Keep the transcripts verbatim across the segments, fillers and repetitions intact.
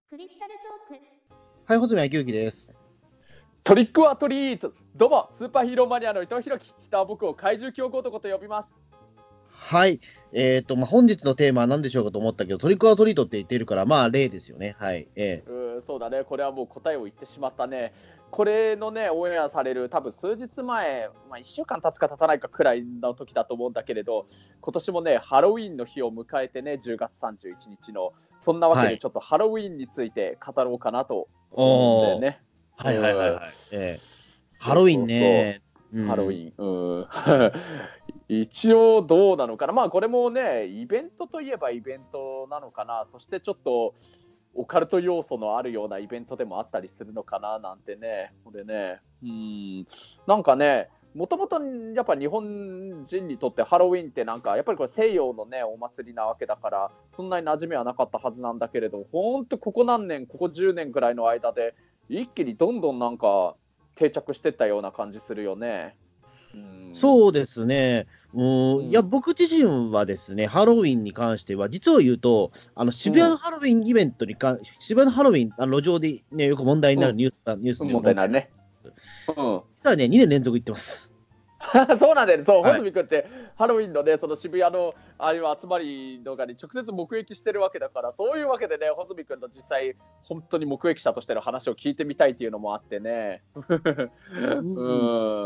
クリスタルトーク。 はい、穂積昭之です。 トリックはトリート。どうもスーパーヒーローマニアの伊藤弘樹。人は僕を怪獣強行男と呼びます。 はい、えーとまあ、本日のテーマは何でしょうかと思ったけど、トリックはトリートって言ってるから、まあ例ですよね。はい、えうーん、そうだね。これはもう答えを言ってしまったね。これのね、オンエアされる多分数日前、まあ、いっしゅうかん経つか経たないかくらいの時だと思うんだけれど、今年もね、ハロウィンの日を迎えてね、じゅうがつさんじゅういちにちの、そんなわけでちょっとハロウィンについて語ろうかなと思うんだよね。 はいはいはいはい、えー、ハそうそうそう、 ロウィンね。 ハロウィン、うん、一応どうなのかな、まあこれもね、イベントといえばイベントなのかな、そしてちょっとオカルト要素のあるようなイベントでもあったりするのかななんてね、これね、うん、なんかね、もともとやっぱ日本人にとってハロウィンってなんかやっぱりこれ西洋のねお祭りなわけだからそんなに馴染みはなかったはずなんだけれど、ほんとここ何年ここじゅうねんくらいの間で一気にどんどんなんか定着してったような感じするよね。 うん、そうですね。うん、うん、いや、僕自身はですね、ハロウィンに関しては、実を言うと、あの渋谷のハロウィンイベントにか、うん、渋谷のハロウィン、あの路上で、ね、よく問題になるニュース、うん、ニュースで問題になるね。 うん、実はね、にねん連続行ってます。 そうなんだよね。そう、穂積君ってハロウィンのね、その渋谷のああいう集まりとかに直接目撃してるわけだから、そういうわけでね、穂積君と実際本当に目撃者としての話を聞いてみたいっていうのもあってね。 うん、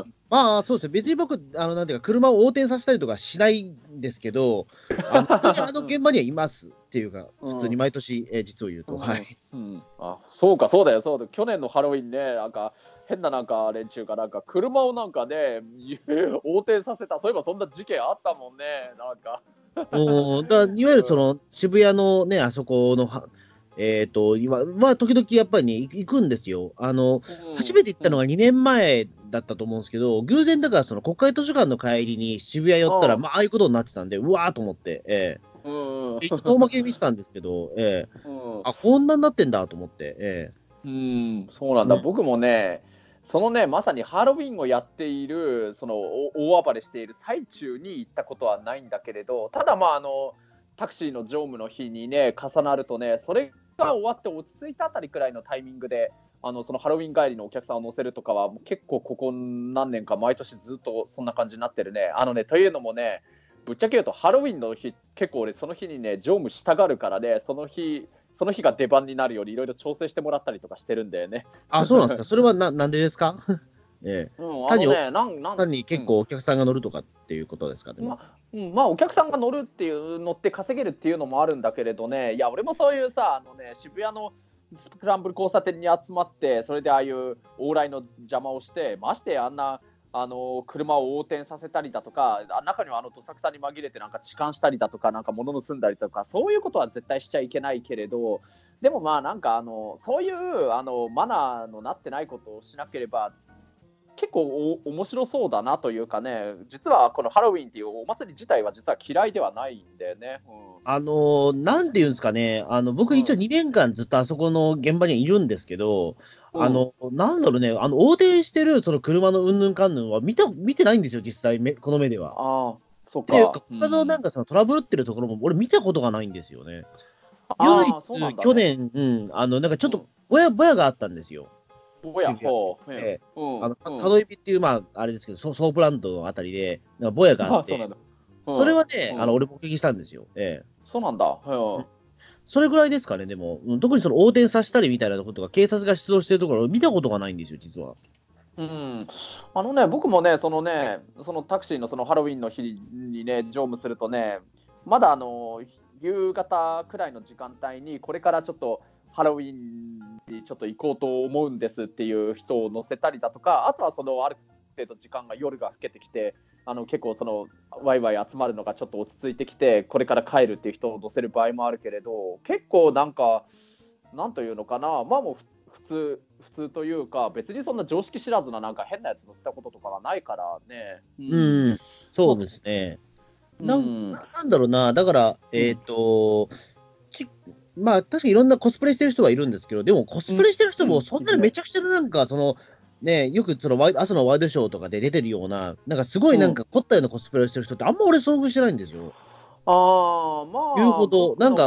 まあそうですね。別に僕あのなんていうか車を横転させたりとかしないんですけど、あのあの現場にはいますっていうか、普通に毎年、えー、実を言うと、うん、はい、 うん。あ、そうかそうだよそうだ。去年のハロウィンね、なんか。変ななんか連中がなんか車をなんかね横転させた、そういえばそんな事件あったもんね、なんかうん、だいわゆるその渋谷のね、あそこのは、えっ、ー、と今まあ時々やっぱりね行くんですよ。あの、うん、初めて行ったのがにねんまえだったと思うんですけど、偶然だからその国会図書館の帰りに渋谷寄ったら、あまあああいうことになってたんで、うわーと思って、ええー、うん、一応遠巻きで見てたんですけど、ええー、うん、あこんなになってんだと思って、ええー、うん、そうなんだ、うん、僕もね。そのね、まさにハロウィンをやっている、その大暴れしている最中に行ったことはないんだけれど、ただまああのタクシーの乗務の日にね重なるとね、それが終わって落ち着いたあたりくらいのタイミングで、あのそのハロウィン帰りのお客さんを乗せるとかは結構ここ何年か毎年ずっとそんな感じになってるね。あのねというのもね、ぶっちゃけ言うとハロウィンの日結構俺その日にね乗務したがるからね、その日その日が出番になるようにいろいろ調整してもらったりとかしてるんだよね。 あ、そうなんですか。それはななんでですか？ええ、うん、単に、ね、なんなん単に結構お客さんが乗るとかっていうことですかね。 うん、まうん、まあお客さんが乗るっていう乗って稼げるっていうのもあるんだけれどね、いや俺もそういうさ、あのね渋谷のスクランブル交差点に集まって、それでああいう往来の邪魔をして、ましてあんなあの車を横転させたりだとか、中にはあのどさくさに紛れてなんか痴漢したりだとか、なんか物盗んだりとか、そういうことは絶対しちゃいけないけれど、でもまあなんかあのそういうあのマナーのなってないことをしなければ結構お面白そうだなというかね、実はこのハロウィンっていうお祭り自体は実は嫌いではないんだよね。うん、 あのなんていうんですかね、あの僕一応にねんかんずっとあそこの現場にはいるんですけど、うん、あのなんだろうね、あの横転してるその車のうんぬんかんぬんは見た見てないんですよ、実際めこの目では。 ああ、そうか。 で他のなんかそのトラブルってるところも俺見たことがないんですよね。唯一、去年、うん、あのなんかちょっとぼやぼやがあったんですよ。 ぼやほう、 えーうん、あのタドイビっていう、まあ、あれですけど、ソープランドのあたりで、なんかぼやがあって、そ, うん、それはね、うん、あの俺、目撃したんですよ。えー、そうなんだ、うん、 それぐらいですかね、でも、特にその横転させたりみたいなことが、警察が出動しているところを見たことがないんですよ、実は。 うん、あのね、僕もね、そのね、そのタクシーのそのハロウィンの日にね、乗務するとね、まだあの夕方くらいの時間帯に、これからちょっと、ハロウィンにちょっと行こうと思うんですっていう人を乗せたりだとか、あとはそのある程度時間が夜が更けてきて、あの結構そのワイワイ集まるのがちょっと落ち着いてきて、これから帰るっていう人を乗せる場合もあるけれど、結構なんかなんというのかな、まあもう普通普通というか、別にそんな常識知らずななんか変なやつ乗せたこととかがないからね。 うん、うん、そうですね。な ん, なんだろうな、だからえっ、ー、と。うんまあ、確かにいろんなコスプレしてる人はいるんですけど、でもコスプレしてる人もそんなにめちゃくちゃなんか、その、ね、よくそのワイ朝のワイドショーとかで出てるような、なんかすごいなんか凝ったようなコスプレをしてる人ってあんま俺遭遇してないんですよ。 ああ、まあ。 言うほど、なんか、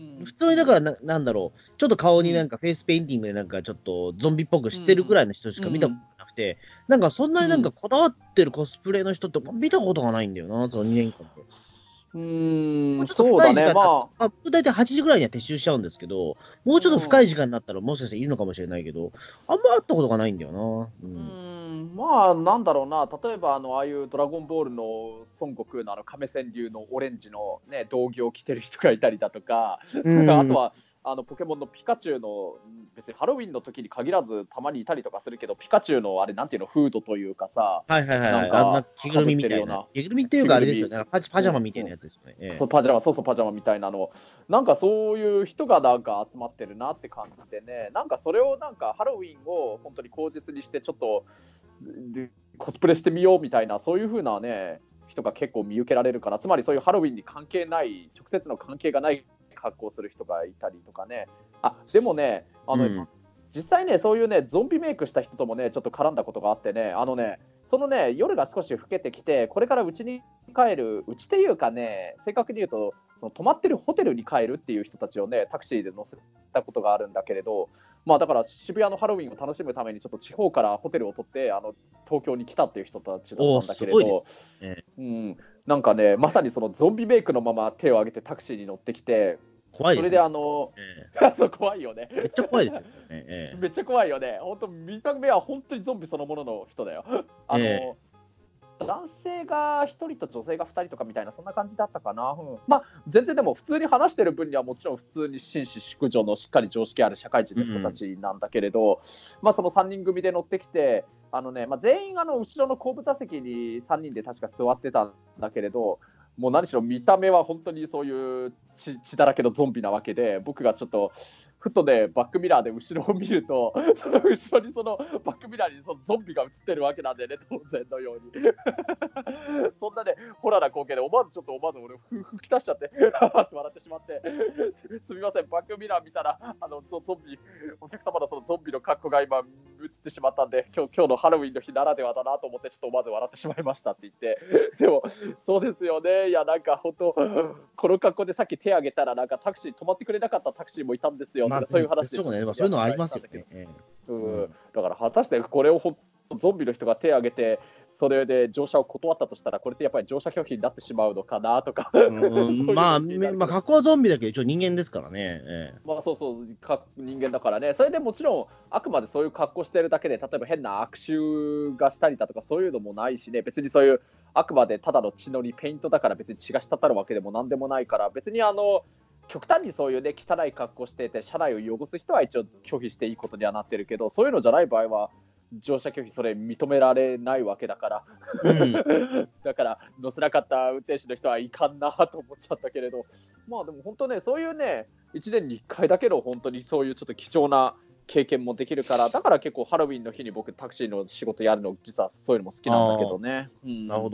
うん普通にだからな、なんだろう、ちょっと顔になんかフェイスペインティングでなんかちょっとゾンビっぽくしてるぐらいの人しか見たことなくて、なんかそんなになんかこだわってるコスプレの人って見たことがないんだよな、そのにねんかんで。 うーん、 もうちょっとそうだね、 深い時間になっままあ、僕大体はちじぐらいには撤収しちゃうんですけど、もうちょっと深い時間になったらもしかしたらいるのかもしれないけど、あんま会ったことがないんだよな。うあ、うんーん、まあ、なんだろうな、例えば、あの、ああいうドラゴンボールの孫悟空のあの亀仙流のオレンジのね、道着を着てる人がいたりだとか、 うあとん。 は、あのポケモンのピカチュウの、別にハロウィンの時に限らず、たまにいたりとかするけど、ピカチュウのあれ、なんていうの、フードというかさ、 はいはいはいはい。あの、なんなんか、 か着ぐるかぶっみみたいな。 てるような、 着ぐるみっていう着ぐるみ、 かあれですよね。なんかパジパジャマみたいうんうん、 なやつですよね。ええ。 そうパジャマ、そうそうパジャマみたいなの、なんかそういう人がなんか集まってるなって感じでね、なんかそれをなんかハロウィンを本当に口実にして、ちょっとでコスプレしてみようみたいな、そういう風なね、人が結構見受けられるから、つまりそういうハロウィンに関係ない、直接の関係がない格好をする人がいたりとかね、あでもね、あの、 うん。 実際ね、そういうね、ゾンビメイクした人ともね、ちょっと絡んだことがあってね、あのね、そのね、夜が少し更けてきて、これから家に帰る、家っていうかね、正確に言うと、その泊まってるホテルに帰るっていう人たちをね、タクシーで乗せたことがあるんだけれど、まあだから渋谷のハロウィンを楽しむために、ちょっと地方からホテルを取って、あの東京に来たっていう人たちだっおお、 たんだすけれど、 ごいですね。 うん、なんかね、まさにそのゾンビメイクのまま手を挙げてタクシーに乗ってきて、それで怖いですね。 あの、 ええ。 そう怖いよね。 めっちゃ怖いですよね。えめっちゃ怖いよね。本当見た目は本当にゾンビそのものの人だよ。 え。 あのええ。 男性がひとりと女性がふたりとかみたいな、そんな感じだったかな。うん、まあ全然でも普通に話してる分にはもちろん普通に紳士淑女のしっかり常識ある社会人の人たちなんだけれど、まあそのさんにん組で乗ってきて、あのね、まあ、全員あの後ろの後部座席にさんにんで確か座ってたんだけれど、もう何しろ見た目は本当にそういう血血だらけのゾンビなわけで、僕がちょっとふとね、バックミラーで後ろを見ると、その後ろにそのバックミラーにそのゾンビが映ってるわけなんでね、当然のように。そんなね、ホラーな光景で、思わずちょっと思わず俺、ふ吹き出しちゃって、って笑ってしまって、すすみません、バックミラー見たら、あのゾゾンビ、お客様のそのゾンビの格好が今、映ってしまったんで、今日今日のハロウィンの日ならではだなと思って、ちょっと思わず笑ってしまいましたって言って、でも、そうですよね、いや、なんか本当、この格好でさっき手挙げたら、なんかタクシー止まってくれなかったタクシーもいたんですよまあ、 とか、そういう話でそうね。まあ、 いやそういうのはあり伝えたんだけど、 ますよね。ええ。 うんうん。 だから果たしてこれをほゾンビの人が手を挙げて、それで乗車を断ったとしたら、これってやっぱり乗車拒否になってしまうのかなとか、 うん、まあ、 そういうのも気になめまあ、 るけど、 格好はゾンビだけど、一応人間ですからね。ええ。 まあそうそう、か人間だからね、それでもちろん、あくまでそういう格好してるだけで、例えば変な悪臭がしたりだとか、そういうのもないしね、別にそういう、あくまでただの血のり、ペイントだから別に血が滴るわけでもなんでもないから、別にあの、極端にそういうね、汚い格好してて、車内を汚す人は一応拒否していいことにはなってるけど、そういうのじゃない場合は、乗車拒否、それ認められないわけだから、 うん。 だから乗せなかった運転手の人はいかんなと思っちゃったけれど、まあでも本当ね、そういうね、いちねんにいっかいだけの本当にそういうちょっと貴重な経験もできるから、だから結構ハロウィンの日に僕タクシーの仕事やるの、実はそういうのも好きなんだけああ。 どね。うん。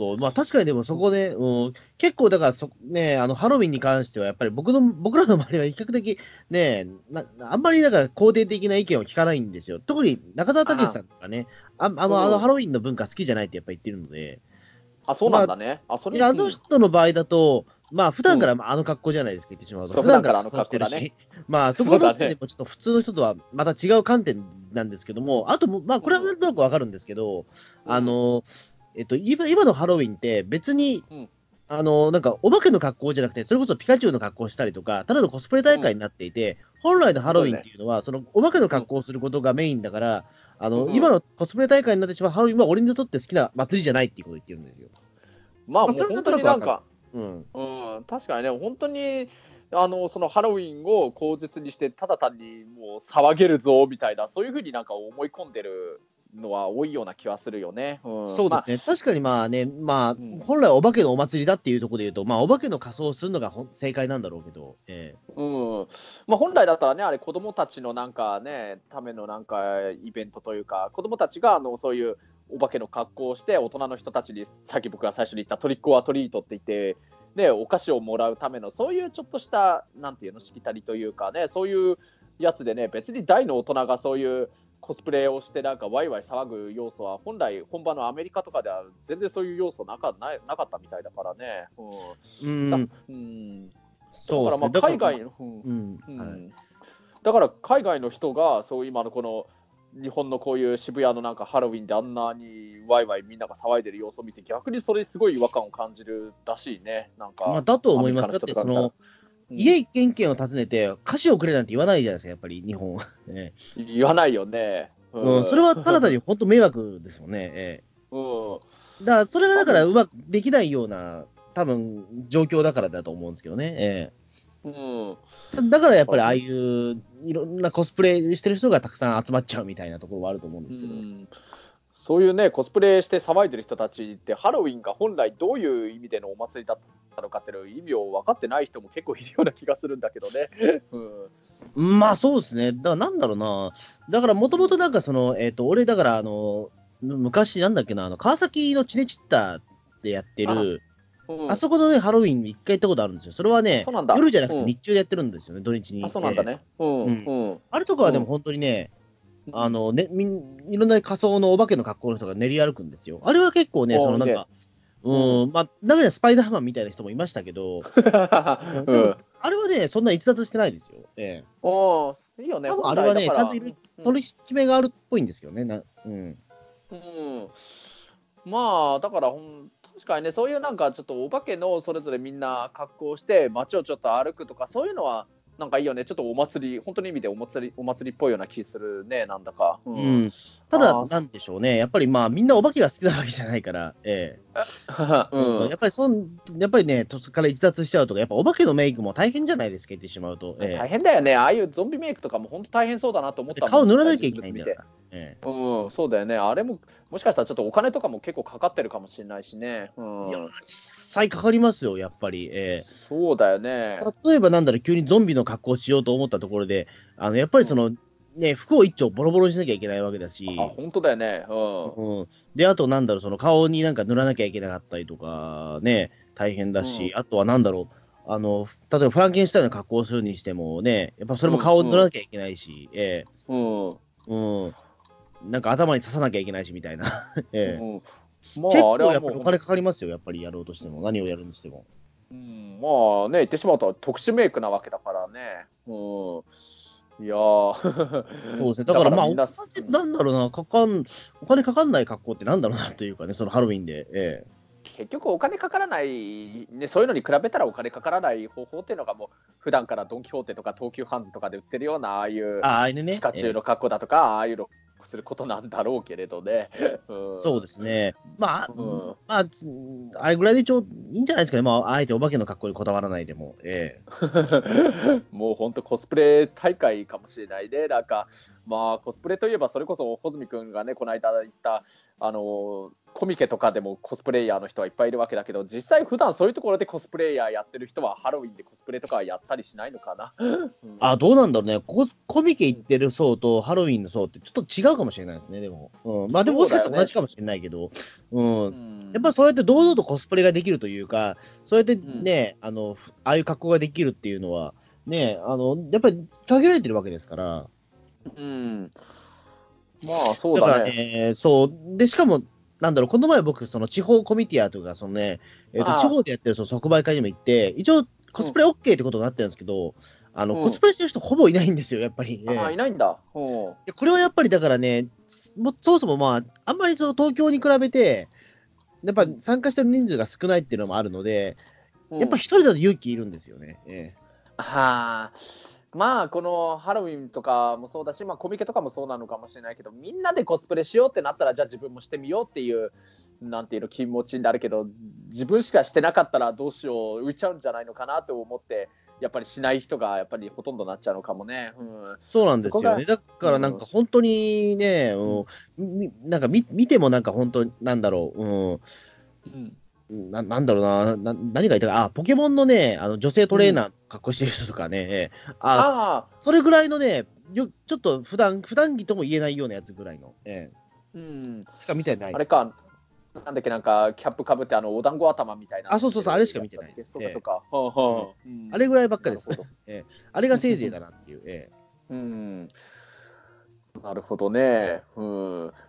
なるほど。まあ確かにでもそこで、うん、結構だからそ、ね、あの、ハロウィンに関してはやっぱり僕の、僕らの周りは比較的ね、なあんまりだから肯定的な意見を聞かないんですよ。特に中澤武あさんとかね、あ、あの、あのうん。 ハロウィンの文化好きじゃないってやっぱ言ってるので、 あ、そうなまあ、 んだね。あ、それ、 いや、あのうん。 人の場合だと、まあ普うん。 段からまああの格好じゃないですか、言ってしまうと。 そう、 普普段からあの段から仮装し格好だね。 てるし、まあそこのそうだね。 時点でもちょっと普通の人とはまた違う観点なんですけども、あとも、まあこれはうん。 なんとなくわかるんですけど、 うん。 あの、えっと、今今のハロウィンって別にうん。 あの、なんか、お化けの格好じゃなくて、それこそピカチュウの格好をしたりとか、ただのコスプレ大うん。 会になっていて、本来のハロウィンっそうだね。 ていうのは、そのお化けのうん。 格好をすることがメインだから、あの、今うん。 のコスプレ大会になってしまうハロウィンは俺にとって好きな祭りじゃないっていうことを言ってるんですよ。まあ、 まあもう本それはなんと当になんか、 なくわかる。うん。 うん、確かにね、本当に、あの、そのハロウィンを口実にして、ただ単にもう騒げるぞみたいな、そういう風になんか思い込んでるのは多いような気はするよね。うん。まあ、 そうですね。確かにまあね、まあ、 うん。 本来お化けのお祭りだっていうところで言うと、まあ、お化けの仮装をするのがほん正解なんだろうけど、ええ。 うん。まあ、本来だったらね、あれ子供たちのなんかね、ためのなんかイベントというか、子供たちがあの、そういうお化けの格好をして、大人の人たちに、さっき僕が最初に言ったトリックオアトリートって言って、ね、お菓子をもらうための、そういうちょっとした、なんていうの、しきたりというかね、そういうやつでね、別に大の大人がそういうコスプレをしてなんかワイワイ騒ぐ要素は、本来本場のアメリカとかでは全然そういう要素なかななかったみたいだからね。うん。だうん。 うん。 そうですね。 だからまあ海外だの、うんうんうんはい、 だから海外の人が、そう今のこの日本のこういう渋谷のなんかハロウィンであんなにワイワイみんなが騒いでる様子を見て、逆にそれすごい違和感を感じるらしいね。なんまあ、 かだと思います。 アメリカのだっ人とか見たら。 てその、 うん、 家一軒一軒を訪ねて、菓子をくれなんて言わないじゃないですか、やっぱり日本は。ね言わないよね。ううん、それん。 はただ単に本当迷惑ですもんね。えうん。 えだから、それがだから多分、 うまくできないような、多分状況だからだと思うんですけどね。えうん。 えだからやっぱりああいだからほんういろんなコスプレしてる人がたくさん集まっちゃうみたいなところはあると思うんでうすけど。 ん。そういうね、コスプレして騒いでる人たちって、ハロウィンが本来どういう意味でのお祭りだったのかっていう意味を分かってない人も結構いるような気がするんだけどね。うん。 まあそうですね。だからなんだろうな。だからもともとなんかその、えっ、と、俺だからあの、む昔なんだっけな、あの、川崎のチネチッタでやってあ、 る、 うん。 あそこのね、ハロウィンに一回行ったことあるんですよ。それはあ、 ね、 そうなんだ。 夜じゃなくてうん。 日中でやってるんですよね、土日あ、 に。ええそうなんだね。うん。 うん。 うん。 あれとかはでもうん。 本当にね、 うん。 あの、ね、みん、いろんな仮装のお化けの格好の人が練り歩くんですよ。あれは結構ね、そおー、いいね。 のなんか、ううん。 ーん、まあ、中にはスパイダーマンみたいな人もいましたけど、うん、でも、 うん。 あれはね、そんな逸脱してないですよ。ええおー、いいよね。 多分本あれはね、 来だから、 ちゃんといるうん。 取り決めがあるっぽいんですよね。なうん。 うん。まあ、だから、ほん確かにね、そういうなんかちょっとお化けのそれぞれみんな格好して街をちょっと歩くとか、そういうのはなんかいいよね。ちょっとお祭り、本当の意味でお祭りお祭りっぽいような気するね、なんだか。うん。 うん。ただ、 ああ、そなんでしょうね。やっぱりまあ、みんなお化けが好きなわけじゃないから、ええううん、 ん。 やっぱりそん、やっぱりね、とそから逸脱しちゃうとか、やっぱお化けのメイクも大変じゃないですか、言ってしまうと。え大変だよね。ああいうゾンビメイクとかも本当大変そうだなと思えでったもん、実際顔塗らなきゃいけ実物見て。 ないんだから。えうん、そうだよね。あれも、もしかしたらちょっとお金とかも結構かかってるかもしれないしね。うえいや、 ん。 実際かかりますよ、やっぱり。えそうだよえね。 例えばなんだろう、急にゾンビの格好をしようと思ったところで、あの、やっぱりうん。 その、ね、服を一丁ボロボロにしなきゃいけないわけだあ、 し、 本当だよね。うん。 うん。で、あとなんだろう、その顔になんか塗らなきゃいけなかったりとか、ね、大変だし、 うん。 あとはなんだろう、あの、例えばフランケンシュタインの格好をするにしてもね、やっぱそれもうん。 顔を塗らうん。 なきゃいけないし、えうん。 えうん。なんか頭に刺さなきゃいけないしみたいな。ええうん。まあ、あれ結構はもうほん、 やっぱりお金かかりますよ、やっぱりやろうとしても。何をやるにしても。 うん、まあね、言ってしまうと特殊メイクなわけだからね。うん。いやーそうですね。だだからまあ、おからみんな、 金、 うんなんだろうな、かかん、お金かかんない格好ってなんだろうなというかね、そのハロウィンで。ええ結局お金かからない、ね、そういうのに比べたらお金かからない方法っていうのがもう普段からドン・キホーテとか東急ハンズとかで売ってるようなああいうあ、ああいうね。 ピカチュウええの格好だとかああいうのをすることなんだろうけれどね。うん。 そうですね。まあ、 うん。 まあ、つあれぐらいでちょういいんじゃないですかね。まあ、あえてお化けの格好にこだわらないでも。ええもう本当コスプレ大会かもしれないね。なんか、まあコスプレといえばそれこそ穂積君がね、この間言った、あの、コミケとかでもコスプレイヤーの人はいっぱいいるわけだけど、実際普段そういうところでコスプレイヤーやってる人はハロウィンでコスプレとかはやったりしないのかな。うん。 あ、どうなんだろうね。ここコミケ行ってる層とハロウィンの層ってちょっと違うかもしれないですね、でも。うん、まあでももしかしたら同そうだよね。 じかもしれないけど、ううん。やっぱん。 そうやって堂々とコスプレができるというか、そうやってうん。 ね、あの、ああいう格好ができるっていうのは、ね、あの、やっぱり限られてるわけですから。 うん。まあそうだからだね。 ね、そう。で、しかも、なんだろう、この前僕、その地方コミティアとか、そのね、えっ、と、地ああ、 方でやってるその即売会にも行って、一応コうん。 スプレ OK ってことになってるんですけど、あの、 うん。 コスプレしてる人ほぼいないんですよ、やっぱり。 ああ、いええないんだ。うん。 でこれはやっぱりだからね、もそもそもまあ、あんまりその東京に比べて、やっぱうん。 参加してる人数が少ないっていうのもあるので、やっぱうん。 一人だと勇気いるんですよね。ええはあ。まあ、このハロウィンとかもそうだし、まあ、コミケとかもそうなのかもしれないけど、みんなでコスプレしようってなったら、じゃあ自分もしてみようっていう、なんていうの、気持ちになるけど、自分しかしてなかったらどうしよう、浮いちゃうんじゃないのかなと思って、やっぱりしない人がやっぱりほとんどなっちゃうのかもね。うん。 そうなんですよね。 そこが、 だからなんうん。 か本当にね、 うん。 うん、みなんか見見てもなんか本当、なんだろう、うん、 うん。 ななんだろうな、な何がいたか、あ、ポケモンのね、あの女性トレーナうん。 ー格好してる人とかね、ええあ、 ああ、 それぐらいのね、よちょっと普段普段着とも言えないようなやつぐらいの、ええうん。 しか見てないですね。 あれか、なんだっけ、なんか、キャップかぶって、あの、お団子頭みたいなあ、 のしてそうそうそう、あれしかるや見てないです。 つだっけ。そうか、そえうか。はあえうんはあ。うん。 あれぐらいばっかです。 なるほど。 ええあれがせいぜいだなっていう。ええうん。なるほどね。うん。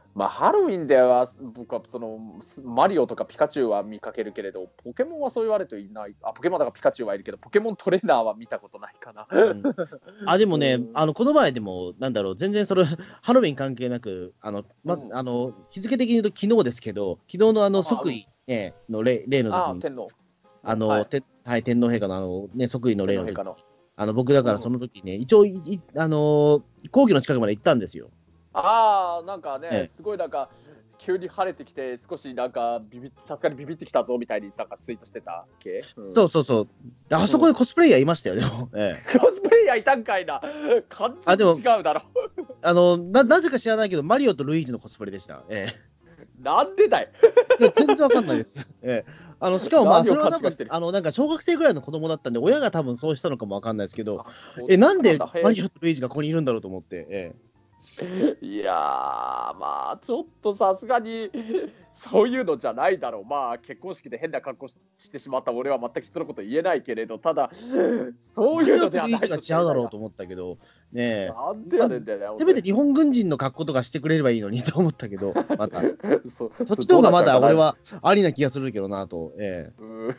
まあ、ハロウィンでは僕はそのマリオとかピカチュウは見かけるけれど、ポケモンはそう言われるといない。あ、ポケモンだからピカチュウはいるけど、ポケモントレーナーは見たことないかな。 うん、あ、でもね、 うんあの、この前でも、なんだろう、全然それ、ハロウィン関係なく、あの、ま、 うんあの、日付的に言うと昨日ですけど、昨日のあの、 あ、うん、 即位、ね、の例例の時あ、 に、 天皇あの、 の、はい、 てはい、天皇陛下のあの、ね、即位の例の時、 天皇陛下の。 あの、僕だからうん、 その時ね、一応い、いあの、皇居の近くまで行ったんですよ。 ああ、なんかね、 ええ、 すごいなんか、急に晴れてきて、少しなんかビビっ、さすがにビビってきたぞみたいになんかツイートしてたっけ、うん、 そうそうそう。あそこうん、 でコスプレイヤーいましたよ、でも。ええ。 コスプレイヤーいたんかいな。完あ、 全にでも、 違うだろ。 あの、な、なぜか知らないけど、マリオとルイージのコスプレでした。えなんでだい。 え。いや、全然わかんないです。ええ。あの、しかもまあ、 何をそれは多分、 勘違いしてる。 あの、なんか小学生ぐらいの子供だったんで、親が多分そうしたのかもわかんないですけど、 あ、そえ、なんでそうなんだ。へマリオとルイージがここにいるんだろうと思って、ええ。いやー、まあ、ちょっとさすがに、そういうのじゃないだろう。まあ、結婚式で変な格好ししてしまった俺は全く人のこと言えないけれど、ただ、 え。 そうマリオいうのではないとルイージがとしか言えないな。 違うだろうと思ったけど、ねえ。 なんでまあ、 やねんだよね、本当に。 せめて日本軍人の格好とかしてくれればいいのにと思ったけど、また。 そそっそどうなっちちの方がまゃうかな。 だ俺はありな気がするけどなと、ええ。 うー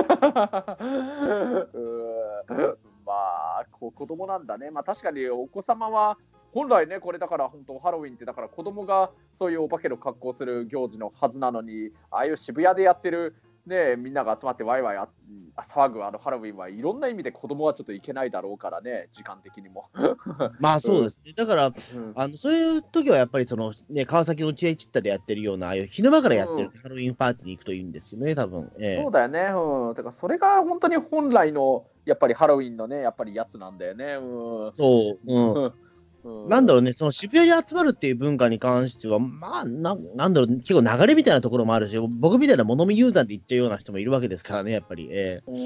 うーまあ、こ子供なんだね。まあ確かにお子様は、本来ね、これだから本当ハロウィンってだから子供がそういうお化けの格好をする行事のはずなのに、ああいう渋谷でやってるね、みんなが集まってワイワイああ騒ぐあのハロウィンはいろんな意味で子供はちょっといけないだろうからね、時間的にも。 まあうん、 そうですね。だから、 うんあの、そういう時はやっぱりその、ね、川崎のチエチッタでやってるような、ああいう昼間からやってるうん、 ハロウィンパーティーに行くといいんですよね、多分。ええ。 そうだよね。うん。てか、それが本当に本来の、やっぱりハロウィンのね、やっぱりやつなんだよね。うん。 そう、うん。なんだろうね、その渋谷に集まるっていう文化に関しては、まあ、な、なんだろう、結構流れみたいなところもあるし、僕みたいな物見ユーザーって言っちゃうような人もいるわけですからね、やっぱり。ええ。 うん。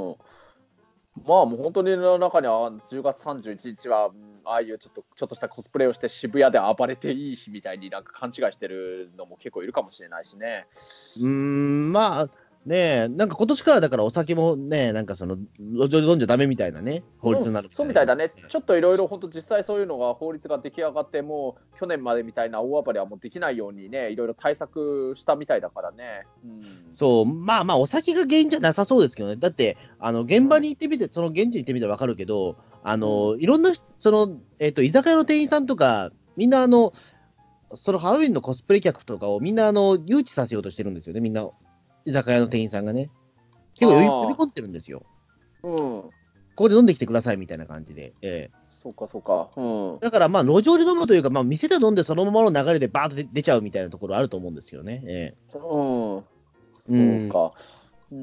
うん。まあ、もう本当にの中には、じゅうがつさんじゅういちにちは、うん、ああいうちょっと、ちょっとしたコスプレをして渋谷で暴れていい日みたいになんか勘違いしてるのも結構いるかもしれないしね。 うーん、まあ、ねえ、なんか今年からだからお酒もね、なんかその、路上で飲んじゃダメみたいなね、法律うん、 になるみたいな。 そうみたいだね。ちょっといろいろ本当実際そういうのが法律が出来上がって、もう去年までみたいな大暴れはもうできないようにね、いろいろ対策したみたいだからね。うん。 そう、まあまあ、お酒が原因じゃなさそうですけどね。だって、あの、現場うん。 に行ってみて、その現地に行ってみたらわかるけど、あうん。 の、いろんな、その、えっと、居酒屋の店員さんとか、みんなあの、そのハロウィンのコスプレ客とかをみんなあの、誘致させようとしてるんですよね、みんな。居酒屋の店員さんがね。結構呼び呼びああ。 込んでるんですよ。 うん。 ここで飲んできてくださいみたいな感じで。ええ。 そうか、そうか。うん。 だからまあ、路上で飲むというか、まあ、店で飲んでそのままの流れでバーッと出出ちゃうみたいなところあると思うんですよね。ええ。 うん。 うん。 そうか。うん。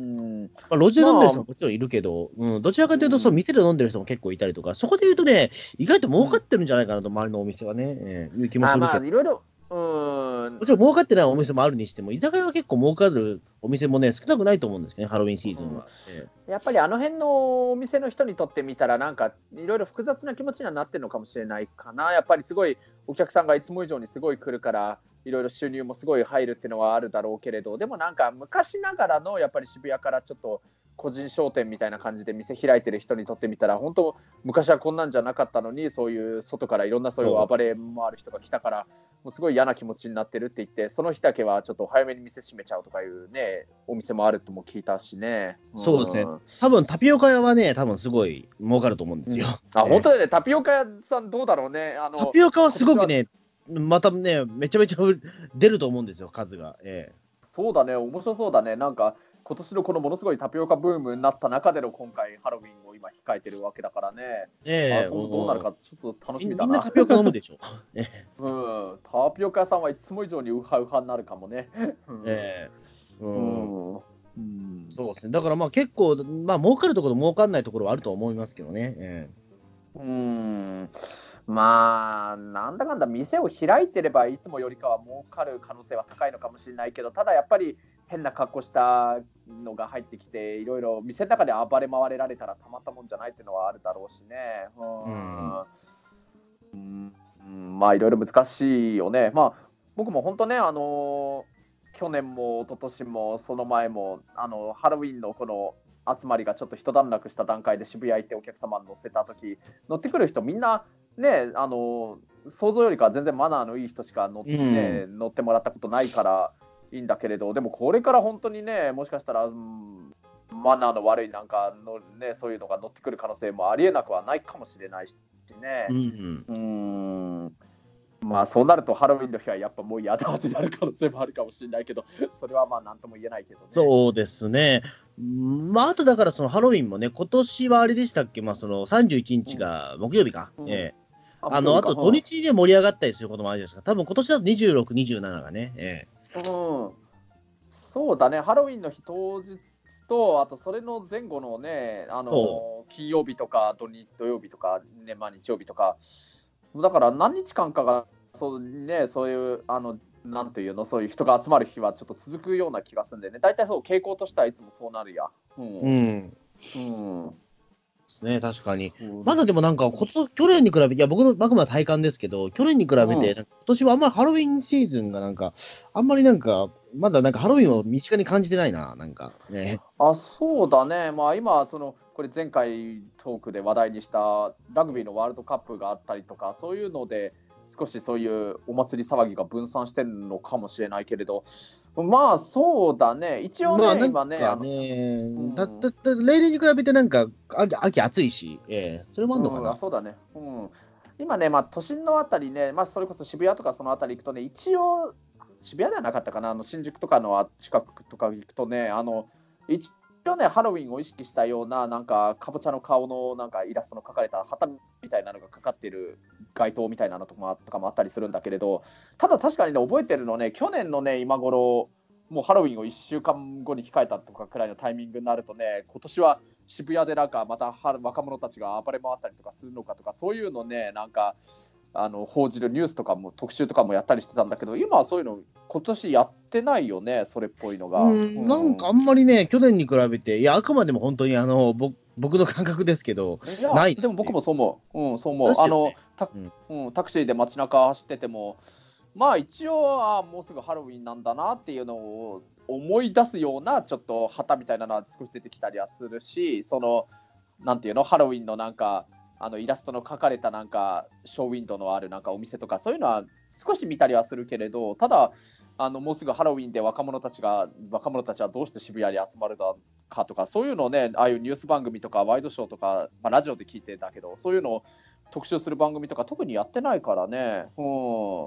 まあ、路地で飲んでるまあ、 人ももちろんいるけど、うん、どちらかというと、そう、 うん。 店で飲んでる人も結構いたりとか、そこで言うとね、意外と儲かうん。 ってるんじゃないかなと、周りのお店はね、えーいう気もあ、まあ、 するけど、 いろいろ、うん。 もちろん儲かってないお店もあるにしても、居酒屋は結構儲かるお店もね、少なくないと思うんですけどね、ハロウィンシーズンは。えやっぱりあの辺のお店の人にとってみたら、なんかいろいろ複雑な気持ちにはなってるのかもしれないかな。やっぱりすごいお客さんがいつも以上にすごい来るから、いろいろ収入もすごい入るっていうのはあるだろうけれど、でもなんか昔ながらのやっぱり渋谷からちょっと個人商店みたいな感じで店開いてる人にとってみたら、本当昔はこんなんじゃなかったのに、そういう外からいろんなそういうそ暴れ回る人が来たから、もうすごい嫌な気持ちになってるって言って、その日だけはちょっと早めに店閉めちゃうとかいうね、お店もあるとも聞いたしね。 うそうですね、 うん。 多分タピオカ屋はね、多分すごい儲かると思うんですよ。 うん、あ、 えー本当だよね。タピオカ屋さんどうだろうね。あタの、 ピオカは今年は、 すごくね、またね、めちゃめちゃ出ると思うんですよ、数が。えそうだね、面白そうだね。なんか、今年のこのものすごいタピオカブームになった中での今回ハロウィンを今控えてるわけだからね。 ーえあ、 ー本当どうなるおかちょっと楽しみみだな。 みんなタピオカ飲むでしょ。えうん、タピオカ屋さんはいつも以上にウハウハになるかもね。うーえーん。 うんうん。うん。 そうですね。だからまあ結構、まあ儲かるところと儲かんないところはあると思いますけどね。えうーん、まあ、なんだかんだ店を開いてればいつもよりかは儲かる可能性は高いのかもしれないけど、ただやっぱり変な格好したのが入ってきて、いろいろ店の中で暴れ回れられたらたまったもんじゃないっていうのはあるだろうしね。うえうん。 ーん、うんまあいろいろ難しいよね。まあ僕も本当ね、あの去年も一昨年もその前もあのハロウィンのこの集まりがちょっと一段落した段階で渋谷行ってお客様に乗せた時乗ってくる人みんなね、あの想像よりかは全然マナーのいい人しか乗って、ね、 う乗ってもらったことないからいいんだけれど、でもこれから本当にね、もしかしたら、うん、マナーの悪いなんかの、ね、そういうのが乗ってくる可能性もありえなくはないかもしれないしね。 ん。うん。 うーん、まあそうなるとハロウィンの日はやっぱもう嫌だってなる可能性もあるかもしれないけど、それはまあなんとも言えないけどね。 そうですね。うんまあ、あとだからそのハロウィンもね、今年はあれでしたっけ、まあそのさんじゅういちにちが木曜日か。 うん、 ええあ、 あの、あ木曜日か。 と土日で盛り上がったりすることもあるじゃないですか。多分今年だとにじゅうろく、にじゅうしちがね。えうん、うん、そうだね、ハロウィンの日当日と、あとそれの前後のね、あその金曜日とか土日土曜日とか、ね、まあ、日曜日とか、だから何日間かがそう、ね、そういうあのなんていうの、そういう人が集まる日はちょっと続くような気がするんでね、大体そう傾向としてはいつもそうなるや。うう。うんん。 うん、 ですね、確かに。 そうまだでもなんか、こと去年に比べて、いや、僕のあくまで体感ですけど、去年に比べて、 うん、 今年はあんまりハロウィンシーズンがなんか、あんまりなんか、まだなんかハロウィンを身近に感じてないな、なんかね。 あ、そうだね、まあ、今その、これ前回トークで話題にしたラグビーのワールドカップがあったりとか、そういうので、少しそういうお祭り騒ぎが分散してるのかもしれないけれど、まあそうだね、一応ね、 まあなん今ね、 かあの、 ね、だ、 うん、 だ、だ例年に比べてなんか、秋、秋暑いし、ええそれもあうん、あ、 んのかな。 そうだね、うん、今ね、まあ、都心のあたりね、まあ、それこそ渋谷とかそのあたり行くとね、一応、渋谷ではなかったかな、あの新宿とかの近くとか行くとね、あの一応ね、ハロウィンを意識したような、なんか、かぼちゃの顔のなんかイラストの描かれた旗みたいなのがかかってる街灯みたいなのとかもとかもあったりするんだけれど、ただ確かにね、覚えてるのね、去年のね、今頃もうハロウィンをいっしゅうかんごに控えたとかくらいのタイミングになるとね、今年は渋谷でなんかまた若者たちが暴れ回ったりとかするのかとか、そういうのね、なんかあの報じるニュースとかも特集とかもやったりしてたんだけど、今はそういうの今年やってないよね、それっぽいのうが。うん、なんかあんまりね、去年に比べて、いや、あくまでも本当にあの、ぼ僕の感覚ですけど、 いや、 ないなでもっていう。 僕もそう思う。うん、そう思う。あの、 ですよね。 タうん。 うん、タクシーで街中走ってても、まあ一応、あもうすぐハロウィンなんだなっていうのを思い出すような、ちょっと旗みたいなのは少し出てきたりはするし、その、なんていうの、ハロウィンのなんか、あのイラストの描かれたなんか、ショーウィンドウのあるなんかお店とか、そういうのは少し見たりはするけれど、ただ、あのもうすぐハロウィンで若者たちが、若者たちはどうして渋谷に集まるだかとか、そういうのをね、ああいうニュース番組とか、ワイドショーとか、まあ、ラジオで聞いてたけど、そういうのを特集する番組とか、特にやってないからね、うん、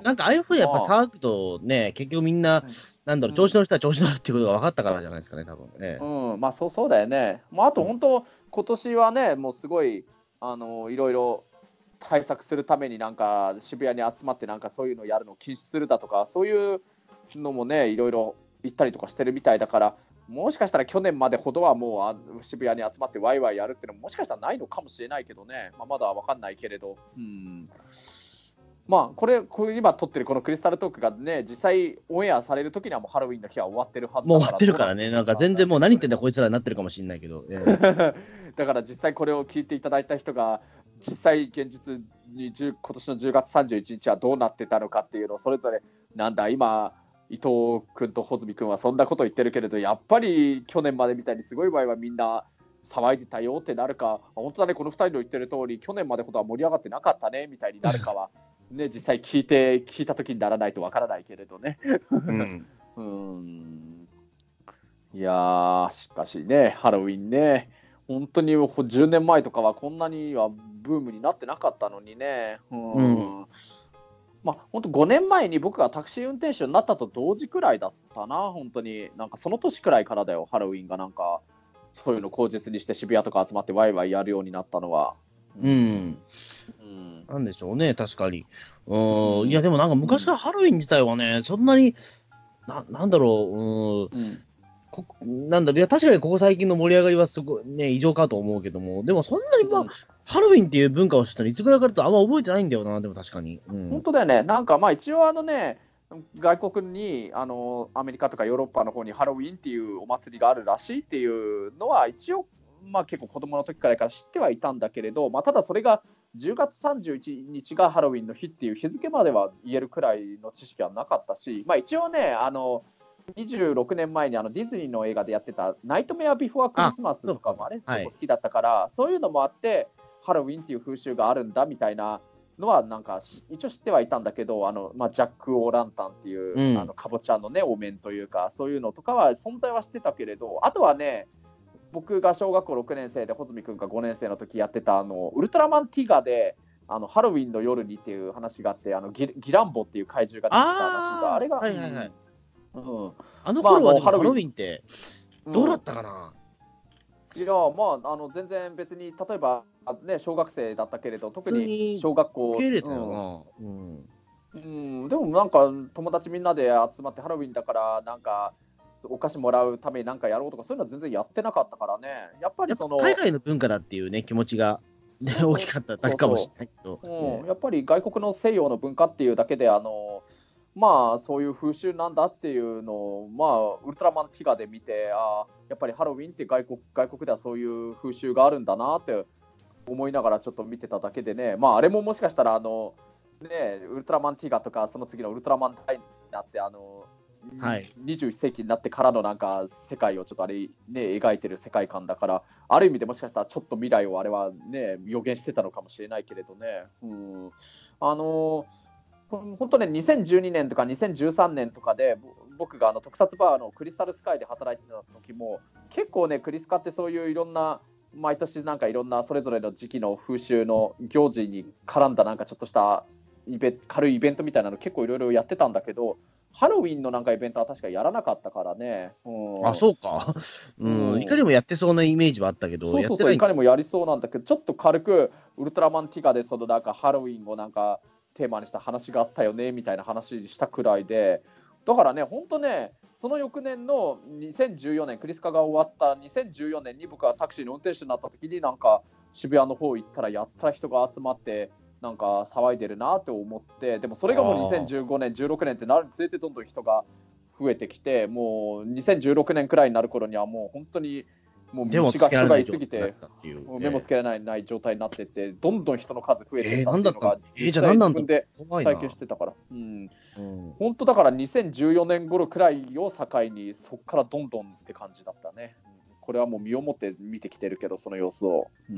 なんかああいうふうにやっぱまあ、 騒ぐとね、結局みんな、なんだろう、調子乗る人は調子乗るっていうことが分かったからじゃないですかね、多分ね。 うん、うん、まあそうそうだよね。まあ、あうん。 と本当、今年はね、もうすごい、あのいろいろ対策するために、なんか渋谷に集まって、なんかそういうのをやるのを禁止するだとか、そういうのもね、いろいろ行ったりとかしてるみたいだから、もしかしたら去年までほどはもうあ渋谷に集まってワイワイやるっていうのももしかしたらないのかもしれないけどね、まあ、まだわかんないけれど、うん、まあこれ、これ今撮ってるこのクリスタルトークがね、実際オンエアされるときにはもうハロウィンの日は終わってるはずもう終わっだから、どうなってるからね、なんかてるのか全然もう何言ってんだこね。 いつらになってるかもしれないけど、ええだから実際これを聞いていただいた人が、実際現実にじゅう今年のじゅうがつさんじゅういちにちはどうなってたのかっていうのをそれぞれ、なんだ今伊藤君と穂積君はそんなこと言ってるけれど、やっぱり去年までみたいにすごい場合はみんな騒いでたよってなるか、本当だね、このふたりの言ってる通り、去年までほどは盛り上がってなかったねみたいになるかは、ね、実際聞いて聞いた時にならないとわからないけれどね。 うん。 うーん、いやー、しかしね、ハロウィンね、本当にじゅうねんまえとかはこんなにはブームになってなかったのにね、ううん。 ーん、まあ、本当ごねんまえに僕がタクシー運転手になったと同時くらいだったな、本当に、なんかその年くらいからだよ、ハロウィンがなんか、そういうの口実にして渋谷とか集まってワイワイやるようになったのは。ううん。 うん、 なんでしょうね、確かに。ううんん。いや、でもなんか昔からハロウィン自体はね、そんなに、な、なんだろう、うん。 うん、 こなんだろう、いや、確かにここ最近の盛り上がりはすごいね、異常かと思うけども、でもそんなにまあ、 うん、 ハロウィンっていう文化を知ったのいつぐらいからとあんま覚えてないんだよな、でも確かに。うん。 本当だよね、なんかまあ一応あのね、外国にあのアメリカとかヨーロッパの方にハロウィンっていうお祭りがあるらしいっていうのは一応、まあ、結構子供の時くらいから知ってはいたんだけれど、まあ、ただそれがじゅうがつさんじゅういちにちがハロウィンの日っていう日付までは言えるくらいの知識はなかったし、まあ、一応ね、あのにじゅうろくねんまえにあのディズニーの映画でやってたナイトメアビフォークリあ、 スマスそうそう。 とかもあれはい。 結構好きだったから、そういうのもあってハロウィンっていう風習があるんだみたいなのはなんか一応知ってはいたんだけど、あのまあ、ジャック・オー・ランタンっていう、 うん、 あのかぼちゃのねお面というかそういうのとかは存在は知ってたけれど、あとはね僕が小学校ろくねん生で穂積君がごねん生の時やってたあのウルトラマンティガであのハロウィンの夜にっていう話があって、あの ギ, ギランボっていう怪獣が出てきた話がああれが、 あ、はいはいはい。 うんうん、 あの頃はでもまあ、あのハロウィンってどうだったかな、 うん、いやまああの全然別に例えば、ね、小学生だったけれど特に小学校受け入れたよな、うんうん、でもなんか友達みんなで集まってハロウィンだからなんかお菓子もらうために何かやろうとかそういうのは全然やってなかったからね。やっぱりその海外の文化だっていうね気持ちが、ね、大きかっただけかもしれないけど、 うん、やっぱり外国の西洋の文化っていうだけであのまあそういう風習なんだっていうのをまあウルトラマンティガで見て、あやっぱりハロウィンって外国外国ではそういう風習があるんだなって思いながらちょっと見てただけでね、まああれももしかしたらあのねウルトラマンティガとかその次のウルトラマンダイになってあの、はい、にじゅういっ世紀になってからのなんか世界をちょっとあれね描いてる世界観だから、ある意味でもしかしたらちょっと未来をあれはね予言してたのかもしれないけれどね、うん、あの本当ねにせんじゅうにねんとかにせんじゅうさんねんとかで僕があの特撮バーのクリスタルスカイで働いてた時も結構ねクリスカってそういういろんな毎年なんかいろんなそれぞれの時期の風習の行事に絡んだなんかちょっとしたイベ軽いイベントみたいなの結構いろいろやってたんだけど、ハロウィンのなんかイベントは確かやらなかったからね、うん、 あそうか、うん、うん、いかにもやってそうなイメージはあったけど、 そうそうそう、いかにもやりそうなんだけど、ちょっと軽くウルトラマンティガでそのなんかハロウィンをなんかテーマにした話があったよねみたいな話したくらいで、だからね本当ねその翌年のにせんじゅうよねんクリスカが終わったにせんじゅうよねんに僕はタクシーの運転手になった時になんか渋谷の方行ったらやったら人が集まってなんか騒いでるなって思って、でもそれがもうにせんじゅうごねんじゅうろくねんってなるにつれてどんどん人が増えてきて、もうにせんじゅうろくねんくらいになる頃にはもう本当にもう道が人がいすぎて目もつけられない状態になってってどんどん人の数増えていったっていうのが実際自分で体験してたから、うんうん、本当だからにせんじゅうよねん頃くらいを境にそこからどんどんって感じだったね、うん、これはもう身をもって見てきてるけどその様子を、うん、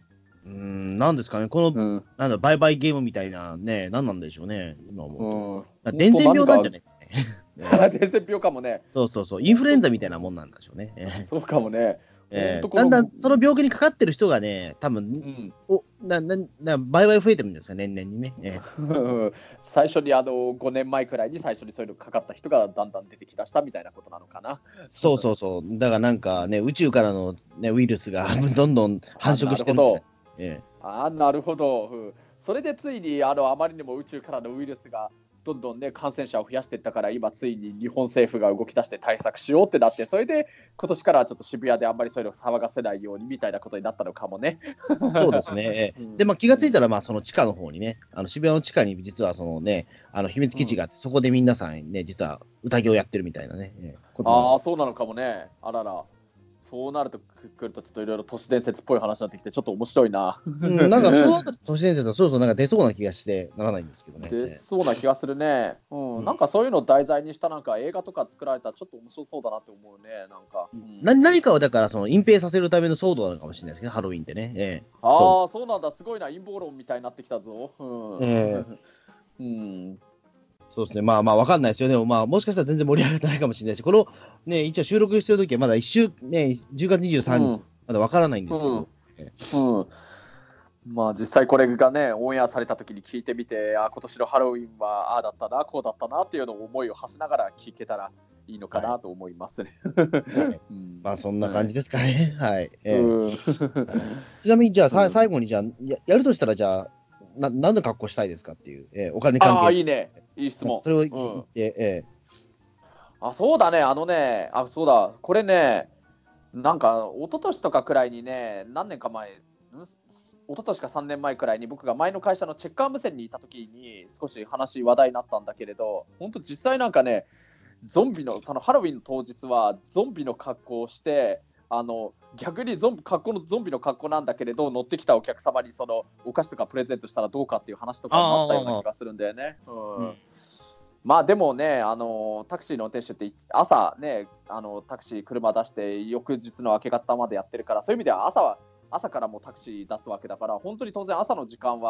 うーんなんですかねこの、うん、なんだ売買ゲームみたいなね何なんでしょうね今思うと、うん、伝染病なんじゃないですかね伝染病かもね。 そうそうそう、インフルエンザみたいなもんなんでしょうね。 そうかもね。 えー、だんだんその病気にかかってる人がね、多分、うん、おななな倍々増えてるんですよ、年々にね。えー、最初にあのごねんまえくらいに最初にそういうのかかった人がだんだん出てきだしたみたいなことなのかな。 そうそうそう、だからなんかね、宇宙からの、ね、ウイルスがどんどん繁殖してるんで、 えー、あなるほど、うん、それでついにあのあまりにも宇宙からのウイルスがどんどんね感染者を増やしていったから今ついに日本政府が動き出して対策しようってなって、それで今年からはちょっと渋谷であんまりそういうの騒がせないようにみたいなことになったのかもね。 そうですね。で、まあ、気がついたらまあその地下の方にね、あの渋谷の地下に実はそのね、あの秘密基地があって、うん、そこで皆さんね実は宴をやってるみたいなね。 ああそうなのかもね。あらら。そうなるとくるとちょっといろいろ都市伝説っぽい話になってきてちょっと面白いな。 うん、なんかそうなったら都市伝説はそうそうなんか出そうな気がしてならないんですけどね。 出そうな気がするね。うん、うん、なんかそういうのを題材にしたなんか映画とか作られたらちょっと面白そうだなって思うね。なんか、うん、 な何かをだからその隠蔽させるための騒動なのかもしれないですけど、ハロウィンってね。ええ、 ああそう、そうなんだ、すごいな、陰謀論みたいになってきたぞ。うん。えーうんそうですね、まあまあ、わかんないですよね。でもまあ、もしかしたら全然盛り上がってないかもしれないし、このね、一応収録してるときはまだいっ週、ね、じゅうがつにじゅうさんにち、うん、まだわからないんですけど。 うんうん、まあ実際これがね、オンエアされたときに聞いてみて、あ今年のハロウィンはああだったな、こうだったなっていうのを思いを馳せながら聞けたらいいのかなと思いますね。 はいうん、まあそんな感じですかね。はい。えー、ちなみにじゃあ、さ、うん、最後にじゃあや、やるとしたらじゃあ、な何の格好したいですかっていう、えー、お金関係。 ああ、いいね。いい質問。 それを言って、うん、えー、あ、そうだね。あのね、あ、そうだ。これね、なんか、一昨年とかくらいにね、何年か前、ん一昨年かさんねんまえくらいに僕が前の会社のチェッカー無線にいた時に少し話話題になったんだけれど、本当実際なんかね、ゾンビの、あのハロウィンの当日はゾンビの格好をして、あの逆にゾンビ格好のゾンビの格好なんだけれど乗ってきたお客様にそのお菓子とかプレゼントしたらどうかっていう話とかになったような気がするんだよね。うんうん、まあでもねあのタクシーの運転手って朝ねあのタクシー車出して翌日の明け方までやってるから、そういう意味では朝は朝からもタクシー出すわけだから本当に当然朝の時間は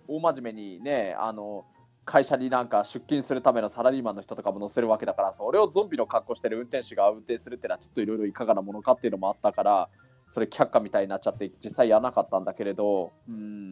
大真面目にね、あの会社になんか出勤するためのサラリーマンの人とかも乗せるわけだから、それをゾンビの格好してる運転手が運転するっていうのはちょっといろいろいかがなものかっていうのもあったから、それ却下みたいになっちゃって実際やらなかったんだけれど、うん、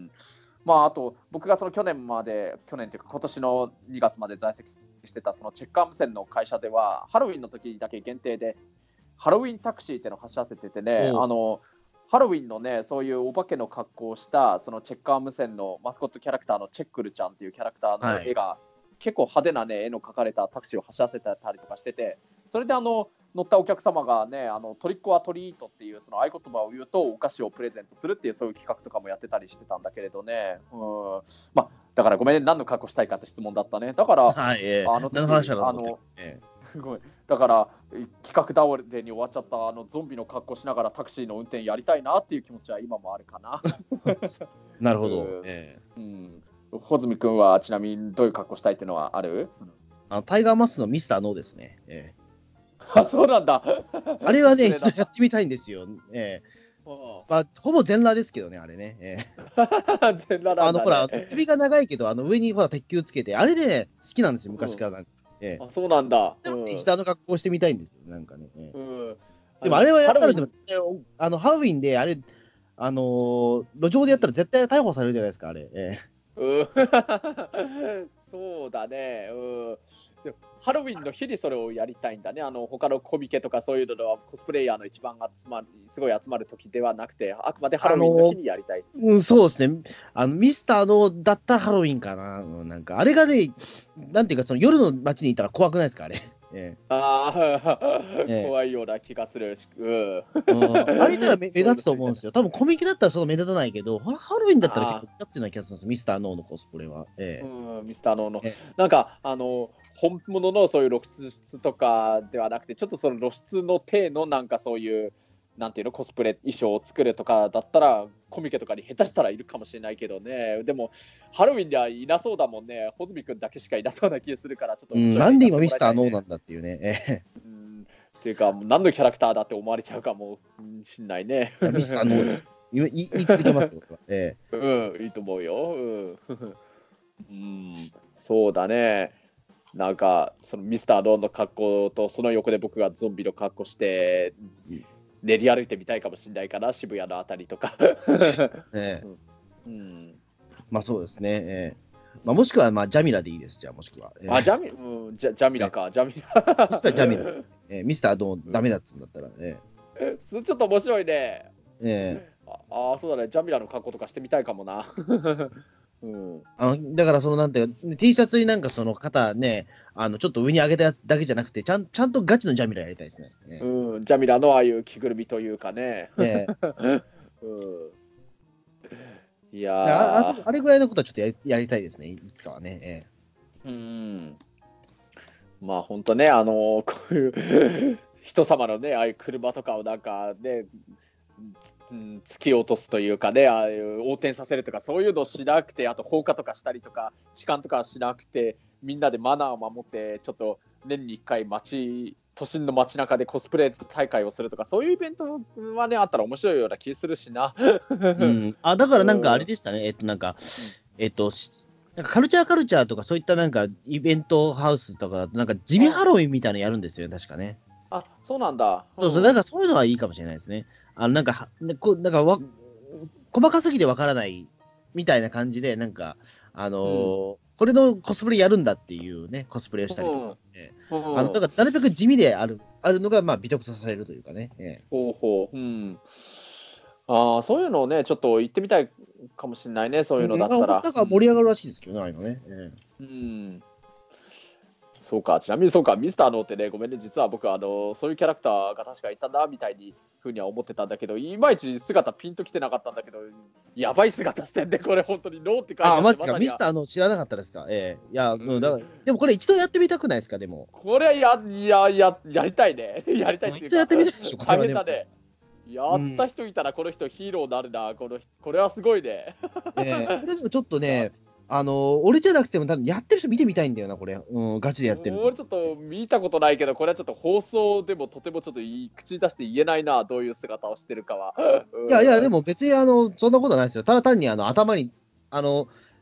まああと僕がその去年まで去年というか今年のにがつまで在籍してたそのチェッカー無線の会社ではハロウィンの時だけ限定でハロウィンタクシーっていうのを走らせててね、あのハロウィンのね、そういうお化けの格好をしたそのチェッカー無線のマスコットキャラクターのチェックルちゃんっていうキャラクターの絵が、はい、結構派手な、ね、絵の描かれたタクシーを走らせたりとかしてて、それであの乗ったお客様がね、あのトリックオアトリートっていうその合言葉を言うとお菓子をプレゼントするっていうそういう企画とかもやってたりしてたんだけれどね、うん、まあだからごめんね、何の格好したいかって質問だったね。だから、はいえー、あの時あのすごいだから企画倒れに終わっちゃったあのゾンビの格好しながらタクシーの運転やりたいなっていう気持ちは今もあるかな。 なるほど。 うんえーうん、穂積君はちなみにどういう格好したいっていうのはある？ あのタイガーマスクのミスターノーですね。えー、あそうなんだ。 あれはね、一度やってみたいんですよ。えーまあ、ほぼ全裸ですけどね、あれね。えー、全裸なんだ、ね、あのほら、首が長いけど、あの上にほら鉄球つけて、あれで、ね、好きなんですよ、昔から。うんええ、 あそうなんだ。 でも、下の格好してみたいんですよ、なんかね。ええうん、でも、あれはやったらでも、あのハロウィンで、あれ、あのー、路上でやったら絶対逮捕されるじゃないですか、あれ。ええ、うんそうだね。うんでもハロウィンの日にそれをやりたいんだね。あの他のコミケとかそういうのはコスプレイヤーの一番集まるすごい集まる時ではなくて、あくまでハロウィンの日にやりたい。 うん、そうですね。あのミスターのだったらハロウィンかな。なんかあれがね、なんていうかその夜の街にいたら怖くないですかあれ。ええ、 ああ、ええ、怖いような気がする。うん。 あれなら目立つと思うんですよ。多分コミケだったらその目立たないけど、ハロウィンだったら結構目立ってない気がするんですよ。ミスターノーのコスプレは。ええ、 うん、ミスターノーの、ええ、なんかあの。本物のそういう露出とかではなくて、ちょっとその露出の体のなんかそういう、なんていうの、コスプレ衣装を作るとかだったら、コミケとかに下手したらいるかもしれないけどね、でも、ハロウィンではいなそうだもんね、穂積君だけしかいなそうな気がするから、ちょっと、ね、 うん、なんで今、ミスターノーなんだっていうね。 うんっていうか、何のキャラクターだって思われちゃうかもしんないね。 ミスターノーです。言い言い続けますよ、ええ。うん、いいと思うよ。うん、うん、そうだね。なんかそのミスターローンの格好とその横で僕がゾンビの格好して練り歩いてみたいかもしれないかな、渋谷のあたりとか。 ええうん、まあそうですね、ええまあ、もしくはまあジャミラでいいです、じゃあもしくは。 ええ、あジャミ、うん、ジャジャミラか、ええ、ジャミラ。もしくはジャミラ。ええ、ミスタードーンダメだっつうんだったら、ええ、ちょっと面白いね。 ええああ、そうだね、ジャミラの格好とかしてみたいかもな。 うん、あのだから、そのなんていうか、T シャツになんかその肩ね、あのちょっと上に上げたやつだけじゃなくて、ちゃんちゃんとガチのジャミラやりたいですね。 ねうん、ジャミラのああいう着ぐるみというかね。ねうん、いやああ、あれぐらいのことはちょっとやりやりたいですね、いつかはね。 えうんまあ本当ね、あのー、こういう人様のね、ああいう車とかをなんかね、うん、突き落とすというかね、ああいう横転させるとか、そういうのをしなくて、あと放火とかしたりとか、痴漢とかしなくて、みんなでマナーを守って、ちょっと年にいっかい街、都心の街中でコスプレ大会をするとか、そういうイベントはね、あったら面白いような気するしな。 うん、あだからなんかあれでしたね、えっとなんか、えっと、なんかカルチャーカルチャーとかそういったなんかイベントハウスとか、なんか地味ハロウィンみたいなのやるんですよね、確かね。 あ、そうなんだ。 そうそう、だからそういうのはいいかもしれないですね。あのなんか、こなんかわ細かすぎてわからないみたいな感じで、なんか、あのーうん、これのコスプレやるんだっていうね、コスプレをしたりとか、ね、うん、あのだからなるべく地味であるあるのが、まあ、美徳とされるというかね。ええ、 ほうほう、うん。ああ、そういうのをね、ちょっと行ってみたいかもしれないね、そういうのだったら。 だから盛り上がるらしいですけどね、ああいうのね。ええ、うんそうか、ちなみにそうか、ミスターノーってね、ごめんね、実は僕はあのそういうキャラクターが確かいたなみたいにふうには思ってたんだけど、いまいち姿ピンときてなかったんだけど、やばい姿してんで、これ、本当にノーって書いてあって、 あ、マジですか、ミスターの知らなかったですか、ええいや、うん、だからでもこれ、一度やってみたくないですか、でも。 これはや、や、や、やりたいね、やりたいっていうか、 一度やってみたいでしょ、 大変だね。やった人いたら、この人ヒーローになるな、このこれはすごいね。 ええこれでもちょっとね、あの俺じゃなくても、多分やってる人見てみたいんだよな、これ、うん、ガチでやってる俺ちょっと見たことないけど、これはちょっと放送でもとてもちょっと口に出して言えないな、どういう姿をしてるかは。 いやいや、でも別にあのそんなことないですよ、ただ単にあの頭に、あの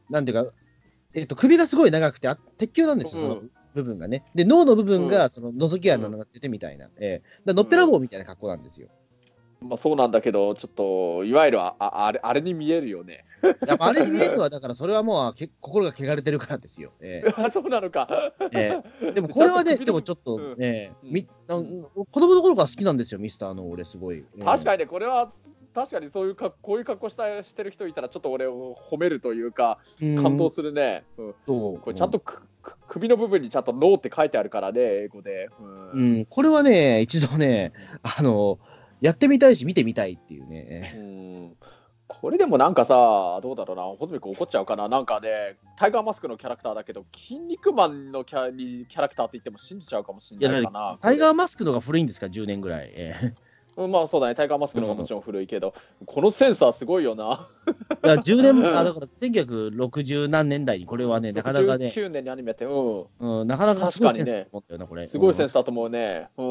なんていうか、えっと、首がすごい長くて、あ鉄球なんですよ、その部分がね。で、脳の部分が、その、覗き穴になっててみたいな。えー、だのっぺらぼうみたいな格好なんですよ。 まあそうなんだけど、ちょっと、いわゆるあああれあれに見えるよね。 やっぱあれに見えるのは、だからそれはもうけ心が汚れてるからですよ。えあそうなのか。 ーえーでもこれはね、でもちょっと、 うんえーみうんあ子供の頃から好きなんですよ、ミスターの俺、すごい。えー確かにね、これは、確かにそういうか、こういう格好したしてる人いたら、ちょっと俺を褒めるというか、感動するね。うん、 そうこれちゃんとく、く首の部分にちゃんとノーって書いてあるからね、英語で。うん。 うん、これはね、一度ね、あの、やってみたいし、見てみたいっていううね。 んこれでもなんかさ、どうだろうな、ホズミ君怒っちゃうかな、なんかね、タイガーマスクのキャラクターだけど、筋肉マンのキャにキャラクターって言っても信じちゃうかもしいや、 れないだってかな。 タイガーマスクの方が古いんですか、じゅうねんぐらい。えうん、まあそうだね、タイガーマスクの方がうんもちろん古いけど、このセンサーすごいよな。 だからじゅうねん、あ、だからせんきゅうひゃくろくじゅう何年代にこれはね、なかなかね、 ろくじゅうきゅうねんにアニメやって、うん。 うん、なかなかすごいセンスだと思ったよな、これ。 すごいセンス。 スだと思うね。うん。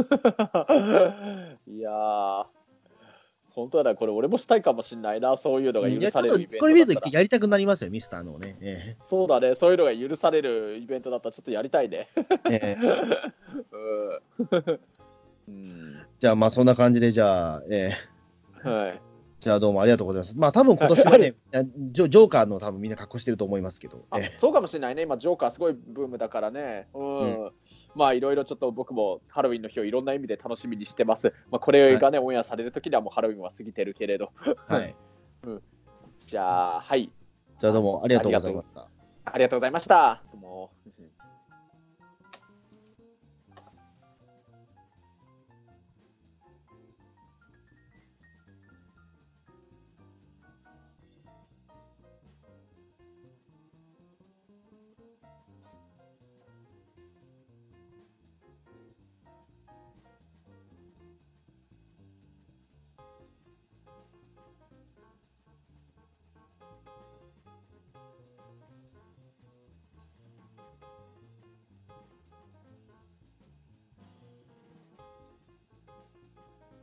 いやー、本当だな、これ俺もしたいかもしんないな、そういうのがうん、いや、ちょっと許されるイベンこれ見るとトだったら。 やりたくなりますよ、ミスターのね。えそうだね、そういうのが許されるイベントだったらちょっとやりたいね。 ーえうんうん、 ーじゃあ、まあ、そんな感じで、じゃあ、えーはい。 じゃあ、どうもありがとうございます。まあ、多分今年はね、ジョジョーカーの多分みんな格好してると思いますけど。 あえそうかもしれないね、今、ジョーカーすごいブームだからね。うんうんまあいろいろちょっと僕もハロウィンの日をいろんな意味で楽しみにしてます。まあ、これがね、オンエアされるときにはもうハロウィンは過ぎてるけれど。 ーはい。 うん、じゃあ、はい。 じゃあ、どうもありがとうございました。 ありがとうございました。どうも